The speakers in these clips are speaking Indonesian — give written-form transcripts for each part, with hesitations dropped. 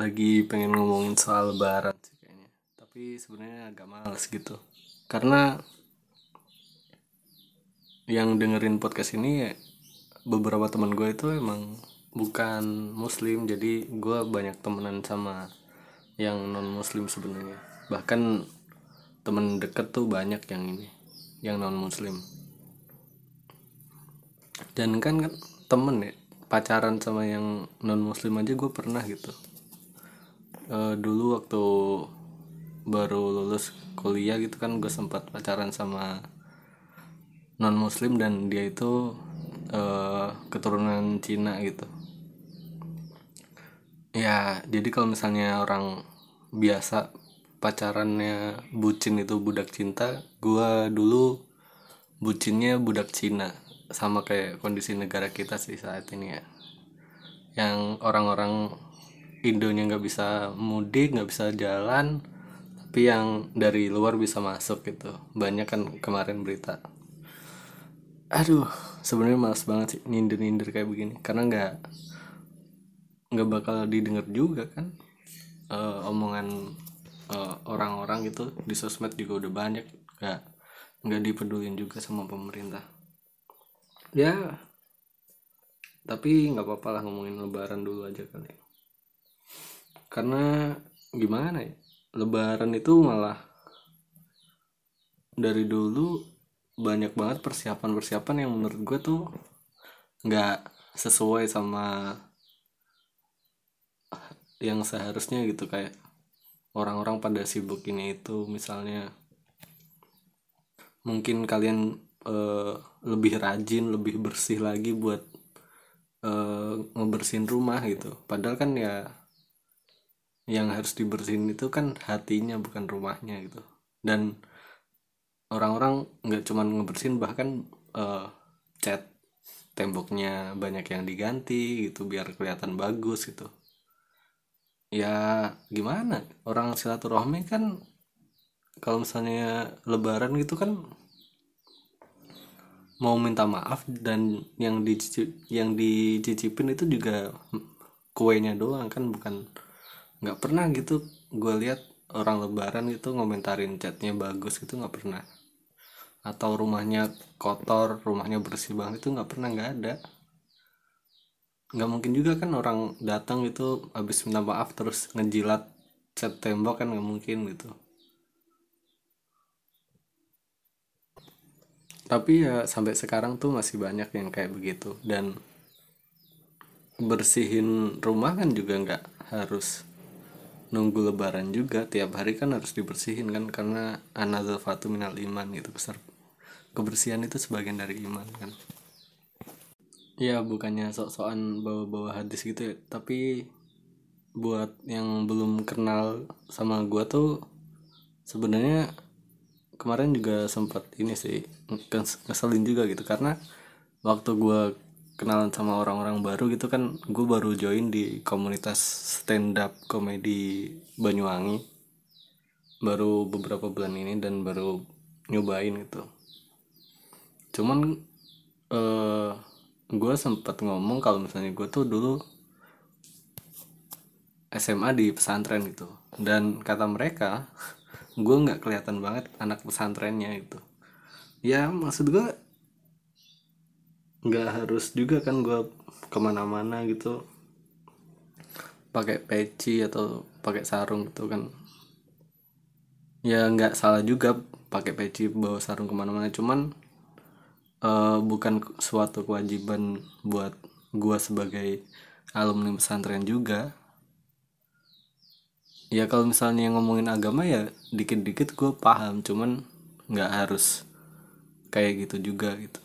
lagi pengen ngomongin soal lebaran sih kayaknya. Tapi sebenarnya agak males gitu. Karena yang dengerin podcast ini ya, beberapa teman gue itu emang bukan muslim, jadi gue banyak temenan sama yang non muslim sebenarnya. Bahkan temen deket tuh banyak yang ini, yang non muslim. Dan kan temen ya, pacaran sama yang non muslim aja gue pernah gitu. Dulu waktu baru lulus kuliah gitu kan gue sempat pacaran sama non muslim dan dia itu keturunan Cina gitu. Ya jadi kalau misalnya orang biasa pacarannya bucin itu budak cinta, gue dulu bucinnya budak Cina. Sama kayak kondisi negara kita sih saat ini ya, yang orang-orang Indonya nggak bisa mudik, nggak bisa jalan, tapi yang dari luar bisa masuk gitu. Banyak kan kemarin berita. Aduh, sebenarnya males banget sih nyindir-nyindir kayak begini, karena nggak bakal didengar juga kan. Omongan orang-orang gitu di sosmed juga udah banyak, nggak dipedulin juga sama pemerintah. Ya, tapi nggak apa-apa lah, ngomongin lebaran dulu aja kali. Karena gimana ya, lebaran itu malah dari dulu banyak banget persiapan-persiapan yang menurut gue tuh nggak sesuai sama yang seharusnya gitu. Kayak orang-orang pada sibuk ini itu, misalnya mungkin kalian lebih rajin, lebih bersih lagi buat ngebersihin rumah gitu. Padahal kan ya yang harus dibersihin itu kan hatinya, bukan rumahnya gitu. Dan orang-orang nggak cuma ngebersihin, bahkan cat temboknya banyak yang diganti gitu biar kelihatan bagus gitu. Ya gimana, orang silaturahmi kan kalau misalnya lebaran gitu kan mau minta maaf, dan yang dicicipin itu juga kuenya doang kan, bukan, nggak pernah gitu gue lihat orang lebaran itu ngomentarin catnya bagus gitu, nggak pernah. Atau rumahnya kotor, rumahnya bersih banget, itu nggak pernah, nggak ada. Nggak mungkin juga kan orang datang itu habis minta maaf terus ngejilat cat tembok, kan nggak mungkin gitu. Tapi ya sampai sekarang tuh masih banyak yang kayak begitu. Dan bersihin rumah kan juga nggak harus nunggu lebaran juga, tiap hari kan harus dibersihin kan, karena anadzafatu minal iman gitu. Besar kebersihan itu sebagian dari iman kan. Ya bukannya sok-sokan bawa-bawa hadis gitu ya, tapi buat yang belum kenal sama gua tuh sebenarnya kemarin juga sempat ini sih, ngeselin juga gitu. Karena waktu gua kenalan sama orang-orang baru gitu kan, gue baru join di komunitas stand up komedi Banyuwangi baru beberapa bulan ini, dan baru nyobain gitu. Cuman gue sempat ngomong kalau misalnya gue tuh dulu SMA di pesantren gitu, dan kata mereka gue nggak kelihatan banget anak pesantrennya gitu. Ya maksud gue nggak harus juga kan gue kemana-mana gitu pakai peci atau pakai sarung gitu kan. Ya nggak salah juga pakai peci bawa sarung kemana-mana, cuman bukan suatu kewajiban buat gue sebagai alumni pesantren juga. Ya kalau misalnya ngomongin agama ya dikit-dikit gue paham, cuman nggak harus kayak gitu juga gitu.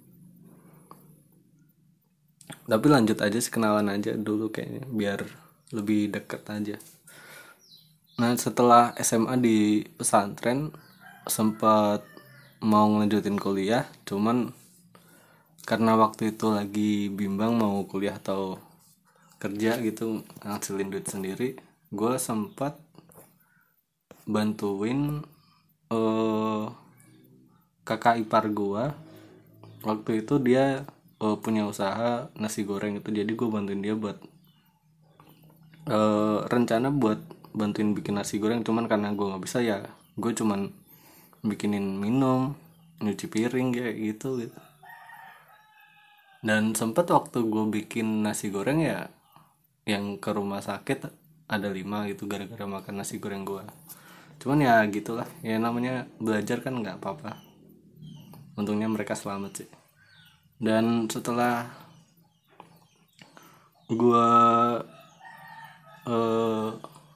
Tapi lanjut aja sih, kenalan aja dulu kayaknya biar lebih deket aja. Nah setelah SMA di pesantren sempat mau ngelanjutin kuliah, cuman karena waktu itu lagi bimbang mau kuliah atau kerja gitu, ngasilin duit sendiri, gue sempat bantuin eh, kakak ipar gue. Waktu itu dia punya usaha nasi goreng itu, jadi gue bantuin dia buat rencana buat bantuin bikin nasi goreng, cuman karena gue nggak bisa ya gue cuman bikinin minum, nyuci piring kayak gitu gitu. Dan sempet waktu gue bikin nasi goreng ya yang ke rumah sakit ada 5 gitu gara-gara makan nasi goreng gue. Cuman ya gitulah, ya namanya belajar kan nggak apa-apa. Untungnya mereka selamat sih. Dan setelah gue eh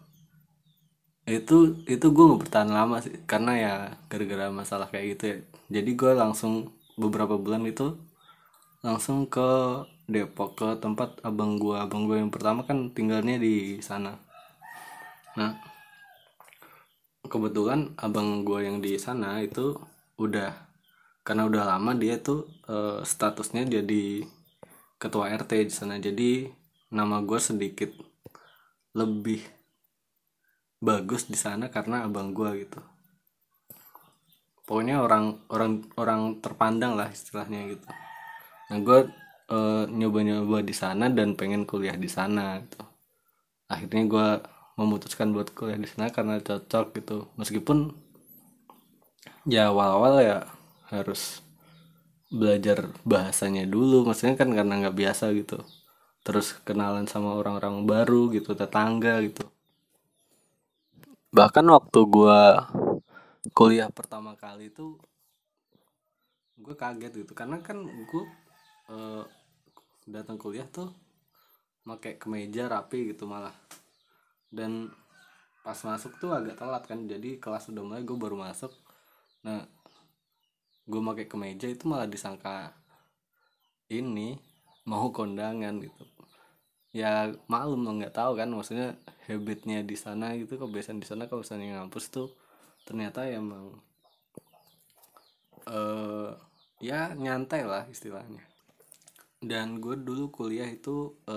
itu gue nggak bertahan lama sih karena ya gara-gara masalah kayak gitu ya. Jadi gue langsung beberapa bulan itu langsung ke Depok, ke tempat abang gue yang pertama kan tinggalnya di sana. Nah, kebetulan abang gue yang di sana itu udah, karena udah lama dia tuh statusnya jadi ketua RT di sana, jadi nama gue sedikit lebih bagus di sana karena abang gue gitu. Pokoknya orang orang orang terpandang lah istilahnya gitu. Nah gue nyoba-nyoba di sana dan pengen kuliah di sana gitu. Akhirnya gue memutuskan buat kuliah di sana karena cocok gitu, meskipun ya awal-awal ya harus belajar bahasanya dulu, maksudnya kan karena nggak biasa gitu, terus kenalan sama orang-orang baru gitu, tetangga gitu. Bahkan waktu gue kuliah pertama kali itu gue kaget gitu karena kan gue eh, datang kuliah tuh pakai kemeja rapi gitu malah. Dan pas masuk tuh agak telat kan, jadi kelas udah mulai gue baru masuk. Nah gue pakai kemeja itu malah disangka ini mau kondangan gitu. Ya maklum lo, nggak tahu kan, maksudnya habitnya di sana gitu, kebiasaan di sana kalau misalnya ngampus tuh ternyata ya emang eh ya nyantai lah istilahnya. Dan gue dulu kuliah itu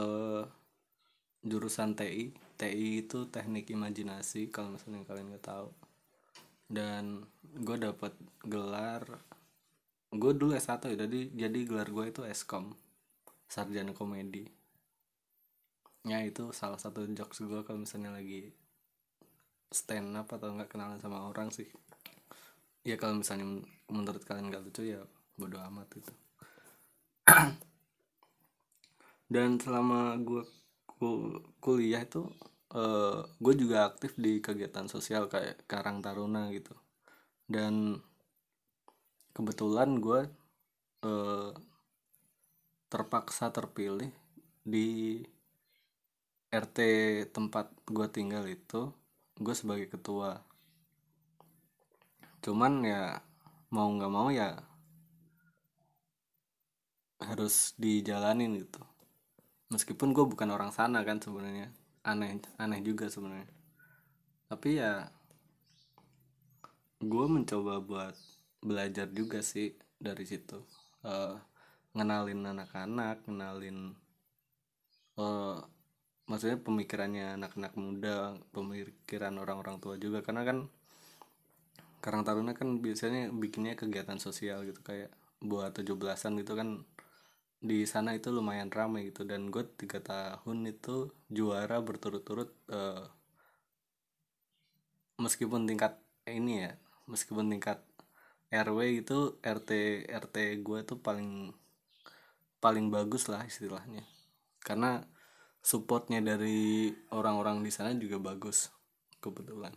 jurusan TI. TI itu teknik imajinasi kalau misalnya kalian nggak tahu. Dan gue dapat gelar, gue dulu S1 ya, jadi gelar gue itu Eskom, sarjana komedi. Ya itu salah satu jokes gue kalau misalnya lagi stand up atau nggak kenalan sama orang sih. Ya kalau misalnya menurut kalian nggak lucu ya bodo amat gitu. Dan selama gue kuliah itu gue juga aktif di kegiatan sosial kayak Karang Taruna gitu. Dan kebetulan gue eh, terpaksa terpilih di RT tempat gue tinggal itu, gue sebagai ketua. Cuman ya mau nggak mau ya harus dijalanin gitu, meskipun gue bukan orang sana kan sebenarnya. Aneh aneh juga sebenarnya, tapi ya gue mencoba buat belajar juga sih dari situ. Eh, Ngenalin anak-anak, ngenalin eh, maksudnya pemikirannya anak-anak muda, pemikiran orang-orang tua juga, karena kan Karang Taruna kan biasanya bikinnya kegiatan sosial gitu kayak buat 17-an gitu kan. Di sana itu lumayan ramai gitu, dan gue 3 tahun itu juara berturut-turut. Meskipun tingkat ini ya, meskipun tingkat RW itu, RT gue tuh paling paling bagus lah istilahnya, karena supportnya dari orang-orang di sana juga bagus kebetulan.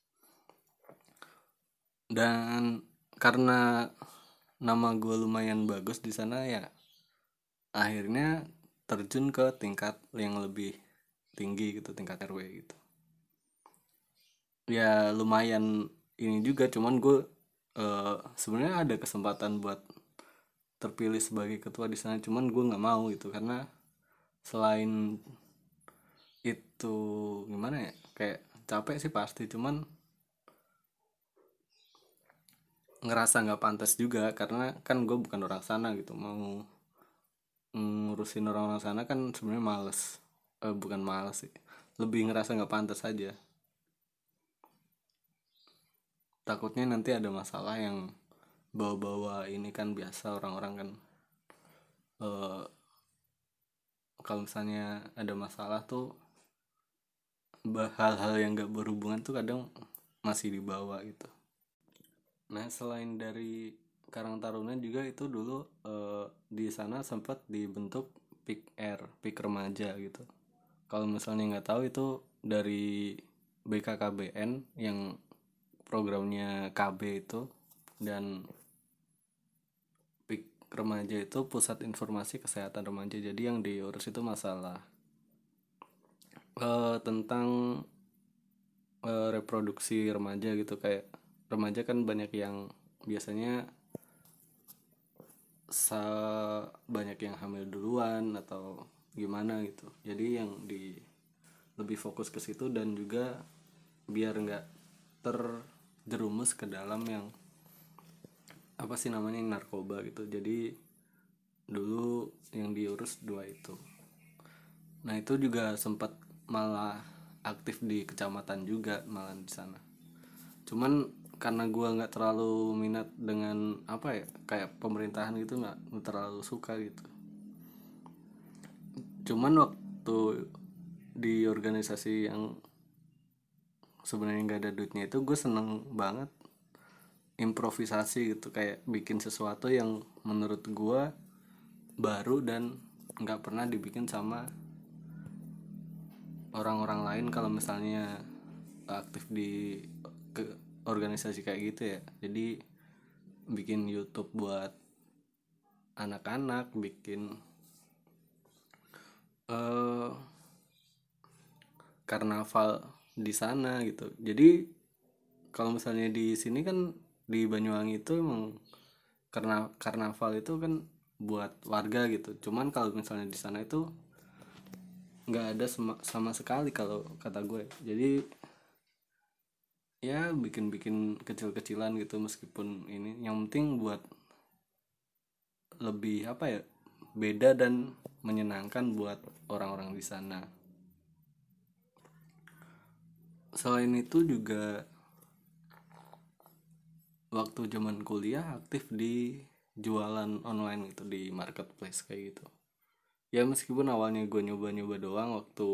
Dan karena nama gue lumayan bagus di sana ya akhirnya terjun ke tingkat yang lebih tinggi gitu, tingkat RW gitu. Ya lumayan ini juga, cuman gue sebenarnya ada kesempatan buat terpilih sebagai ketua di sana, cuman gue nggak mau gitu karena selain itu gimana ya, kayak capek sih pasti, cuman ngerasa nggak pantas juga karena kan gue bukan orang sana gitu, mau ngurusin orang-orang sana kan sebenarnya males. Bukan males sih, lebih ngerasa nggak pantas aja, takutnya nanti ada masalah yang bawa-bawa ini kan biasa orang-orang kan. eh Kalau misalnya ada masalah tuh hal-hal yang gak berhubungan tuh kadang masih dibawa gitu. Nah selain dari Karang Taruna juga itu dulu di sana sempat dibentuk PIK remaja gitu. Kalau misalnya nggak tahu itu dari BKKBN yang programnya KB itu, dan PIK remaja itu Pusat Informasi Kesehatan Remaja. Jadi yang diurus itu masalah tentang reproduksi remaja gitu. Kayak remaja kan banyak yang biasanya banyak yang hamil duluan atau gimana gitu. Jadi yang lebih fokus ke situ, dan juga biar nggak terjerumus ke dalam yang apa sih namanya narkoba gitu. Jadi dulu yang diurus dua itu. Nah itu juga sempat malah aktif di kecamatan juga malah di sana. Cuman karena gue nggak terlalu minat dengan apa ya, kayak pemerintahan gitu, nggak terlalu suka gitu. Cuman waktu di organisasi yang sebenarnya nggak ada duitnya itu, gue seneng banget improvisasi gitu, kayak bikin sesuatu yang menurut gue baru dan nggak pernah dibikin sama orang-orang lain kalau misalnya aktif di ke organisasi kayak gitu ya. Jadi bikin YouTube buat anak-anak, bikin eh karnaval di sana gitu. Jadi kalau misalnya di sini kan di Banyuwangi itu emang karena karnaval itu kan buat warga gitu. Cuman kalau misalnya di sana itu nggak ada sama sekali kalau kata gue. Jadi ya bikin-bikin kecil-kecilan gitu, meskipun ini yang penting buat lebih apa ya, beda dan menyenangkan buat orang-orang di sana. Selain itu juga waktu zaman kuliah aktif di jualan online gitu, di marketplace kayak gitu. Ya meskipun awalnya gue nyoba-nyoba doang waktu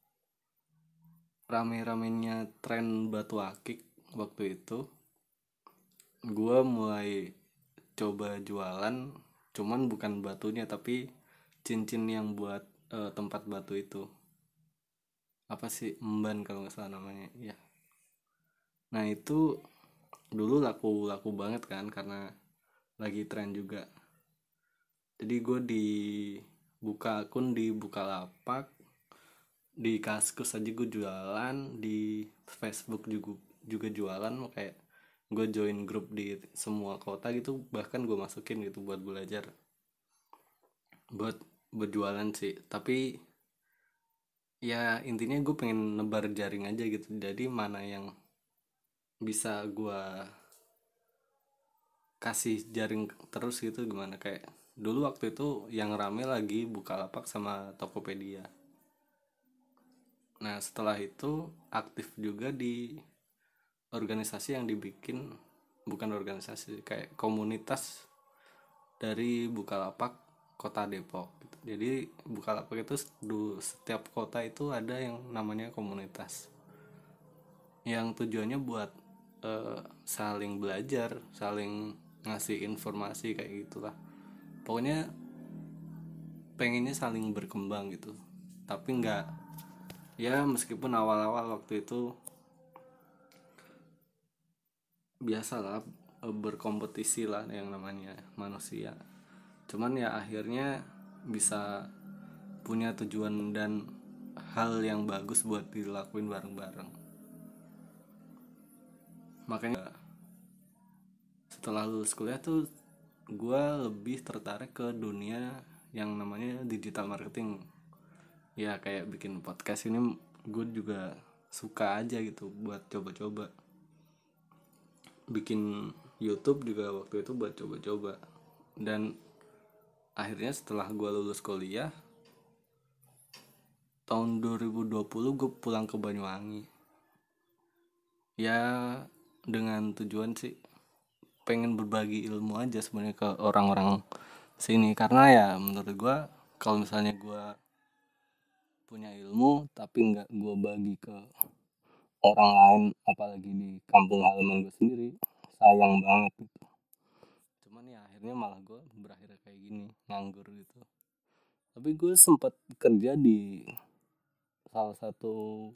rame-ramenya tren batu akik waktu itu, gue mulai coba jualan, cuman bukan batunya tapi cincin yang buat tempat batu itu. Apa sih, emban kalau nggak salah namanya ya. Nah itu dulu laku banget kan, karena lagi tren juga. Jadi gue buka akun di Bukalapak, di Kaskus aja gue jualan, di Facebook juga jualan. Kayak gue join grup di semua kota gitu, bahkan gue masukin gitu buat belajar, buat berjualan sih. Tapi ya intinya gue pengen nebar jaring aja gitu. Jadi mana yang bisa gue kasih jaring terus gitu gimana. Kayak dulu waktu itu yang rame lagi Bukalapak sama Tokopedia. Nah setelah itu aktif juga di organisasi yang dibikin, bukan organisasi, kayak komunitas dari Bukalapak Kota Depok gitu. Jadi Bukalapak itu setiap kota itu ada yang namanya komunitas, yang tujuannya buat saling belajar, saling ngasih informasi kayak gitulah. Pokoknya pengennya saling berkembang gitu. Tapi nggak, ya meskipun awal-awal waktu itu biasalah berkompetisi lah yang namanya manusia. Cuman ya akhirnya bisa punya tujuan dan hal yang bagus buat dilakuin bareng-bareng. Makanya setelah lulus kuliah tuh gue lebih tertarik ke dunia yang namanya digital marketing. Ya kayak bikin podcast ini gue juga suka aja gitu buat coba-coba. Bikin YouTube juga waktu itu buat coba-coba. Dan akhirnya setelah gue lulus kuliah tahun 2020 gue pulang ke Banyuwangi. Ya dengan tujuan sih pengen berbagi ilmu aja sebenarnya ke orang-orang sini. Karena ya menurut gue kalau misalnya gue punya ilmu tapi nggak gue bagi ke orang lain, apalagi di kampung halaman gue sendiri, sayang banget gitu. Cuman ya akhirnya malah gue berakhir kayak gini, nganggur gitu. Tapi gue sempat kerja di salah satu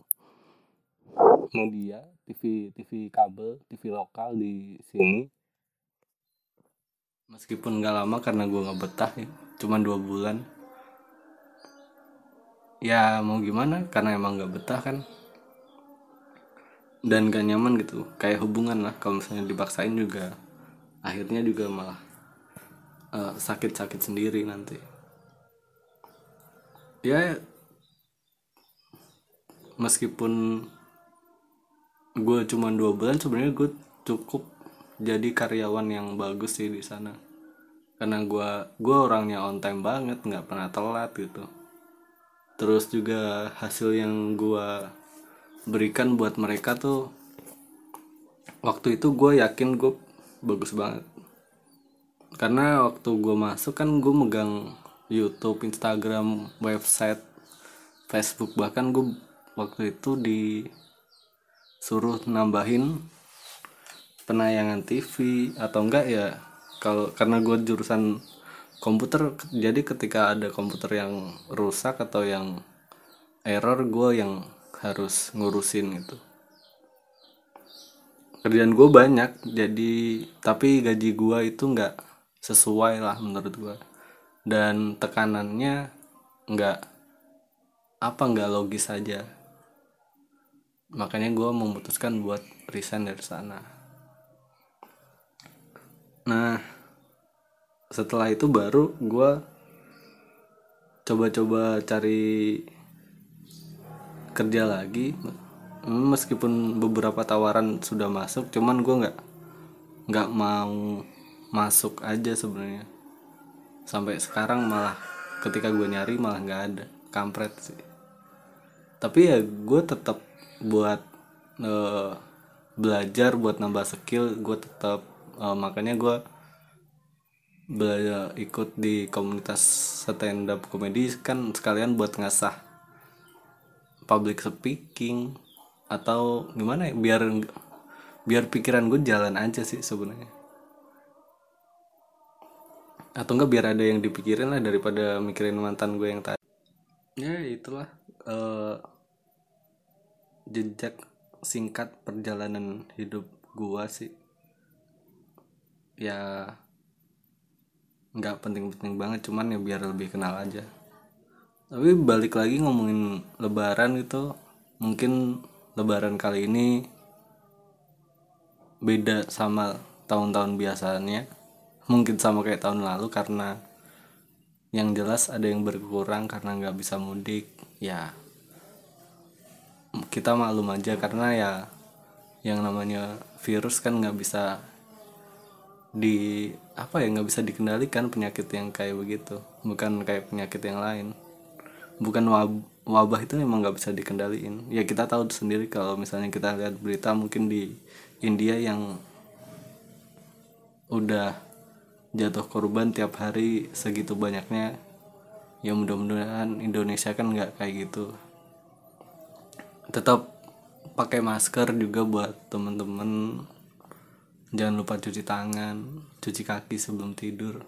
media TV kabel, TV lokal di sini. Meskipun gak lama karena gue nggak betah ya, cuma 2 bulan. Ya mau gimana, karena emang nggak betah kan, dan gak nyaman gitu, kayak hubungan lah. Kalau misalnya dipaksain juga akhirnya juga malah sakit-sakit sendiri nanti. Ya meskipun gue cuma 2 bulan, sebenarnya gue cukup jadi karyawan yang bagus sih di sana, karena gue orangnya on time banget, nggak pernah telat gitu. Terus juga hasil yang gue berikan buat mereka tuh, waktu itu gue yakin gue bagus banget, karena waktu gue masuk kan gue megang YouTube, Instagram, website, Facebook, bahkan gue waktu itu disuruh nambahin penayangan TV atau enggak ya. Kalau karena gue jurusan komputer, jadi ketika ada komputer yang rusak atau yang error, gue yang harus ngurusin gitu. Kerjaan gue banyak, jadi tapi gaji gue itu nggak sesuai lah menurut gue, dan tekanannya nggak nggak logis aja. Makanya gue memutuskan buat resign dari sana. Nah setelah itu baru gue coba-coba cari kerja lagi. Meskipun beberapa tawaran sudah masuk, cuman gue nggak mau masuk aja sebenarnya. Sampai sekarang malah ketika gue nyari malah nggak ada, kampret sih. Tapi ya gue tetap buat belajar, buat nambah skill, gue tetap makanya gue belajar ikut di komunitas stand up comedy kan, sekalian buat ngasah public speaking atau gimana ya, biar pikiran gue jalan aja sih sebenarnya, atau enggak biar ada yang dipikirin lah daripada mikirin mantan gue yang tadi. Ya itulah jejak singkat perjalanan hidup gue sih, ya nggak penting-penting banget, cuman ya biar lebih kenal aja. Tapi balik lagi ngomongin lebaran itu, mungkin lebaran kali ini beda sama tahun-tahun biasanya, mungkin sama kayak tahun lalu, karena yang jelas ada yang berkurang karena nggak bisa mudik. Ya kita maklum aja, karena ya yang namanya virus kan nggak bisa nggak bisa dikendalikan penyakit yang kayak begitu, bukan kayak penyakit yang lain. Bukan wabah itu memang nggak bisa dikendaliin. Ya kita tahu sendiri kalau misalnya kita lihat berita mungkin di India yang udah jatuh korban tiap hari segitu banyaknya. Ya mudah-mudahan Indonesia kan nggak kayak gitu. Tetap pakai masker juga buat temen-temen. Jangan lupa cuci tangan, cuci kaki sebelum tidur.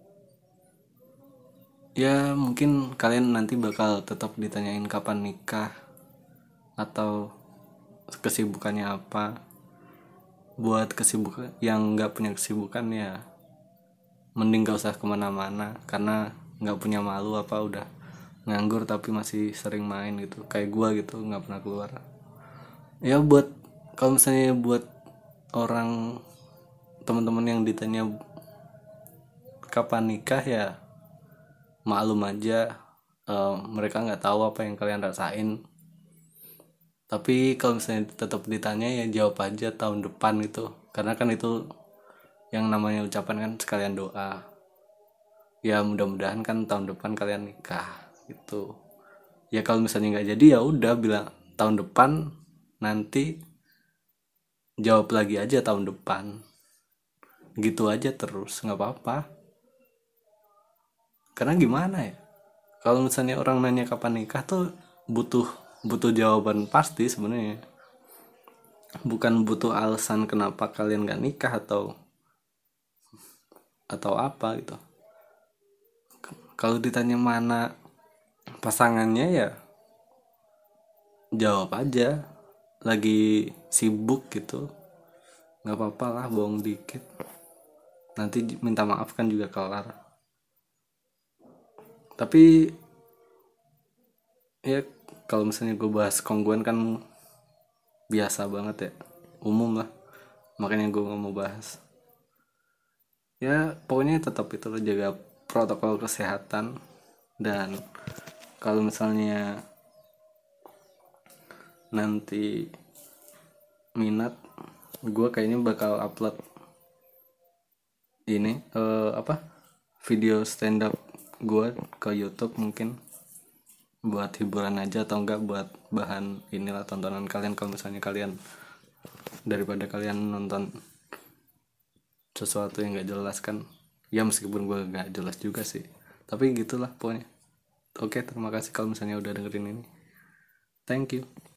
Ya mungkin kalian nanti bakal tetap ditanyain kapan nikah atau kesibukannya apa. Buat kesibukan yang nggak punya kesibukan ya mending gak usah kemana-mana, karena nggak punya malu apa udah nganggur tapi masih sering main gitu, kayak gua gitu nggak pernah keluar. Ya buat kalau misalnya buat orang teman-teman yang ditanya kapan nikah, ya maklum aja, mereka nggak tahu apa yang kalian rasain. Tapi kalau misalnya tetap ditanya ya jawab aja tahun depan itu, karena kan itu yang namanya ucapan kan sekalian doa. Ya mudah-mudahan kan tahun depan kalian nikah gitu. Ya kalau misalnya nggak jadi ya udah bilang tahun depan, nanti jawab lagi aja tahun depan, gitu aja terus, nggak apa-apa. Karena gimana ya, kalau misalnya orang nanya kapan nikah tuh butuh butuh jawaban pasti sebenarnya, bukan butuh alasan kenapa kalian gak nikah atau apa gitu. Kalau ditanya mana pasangannya ya jawab aja lagi sibuk gitu, nggak apa-apa lah bohong dikit, nanti minta maaf kan juga kelar. Tapi ya kalau misalnya gue bahas kongguan kan biasa banget ya, umum lah, makanya gue nggak mau bahas. Ya pokoknya tetap itu lo jaga protokol kesehatan. Dan kalau misalnya nanti minat, gue kayaknya bakal upload ini apa video stand up gue ke YouTube, mungkin buat hiburan aja atau enggak buat bahan inilah tontonan kalian kalau misalnya kalian, daripada kalian nonton sesuatu yang gak jelas kan. Ya meskipun gue gak jelas juga sih, tapi gitulah pokoknya. Oke, terima kasih kalau misalnya udah dengerin ini. Thank you.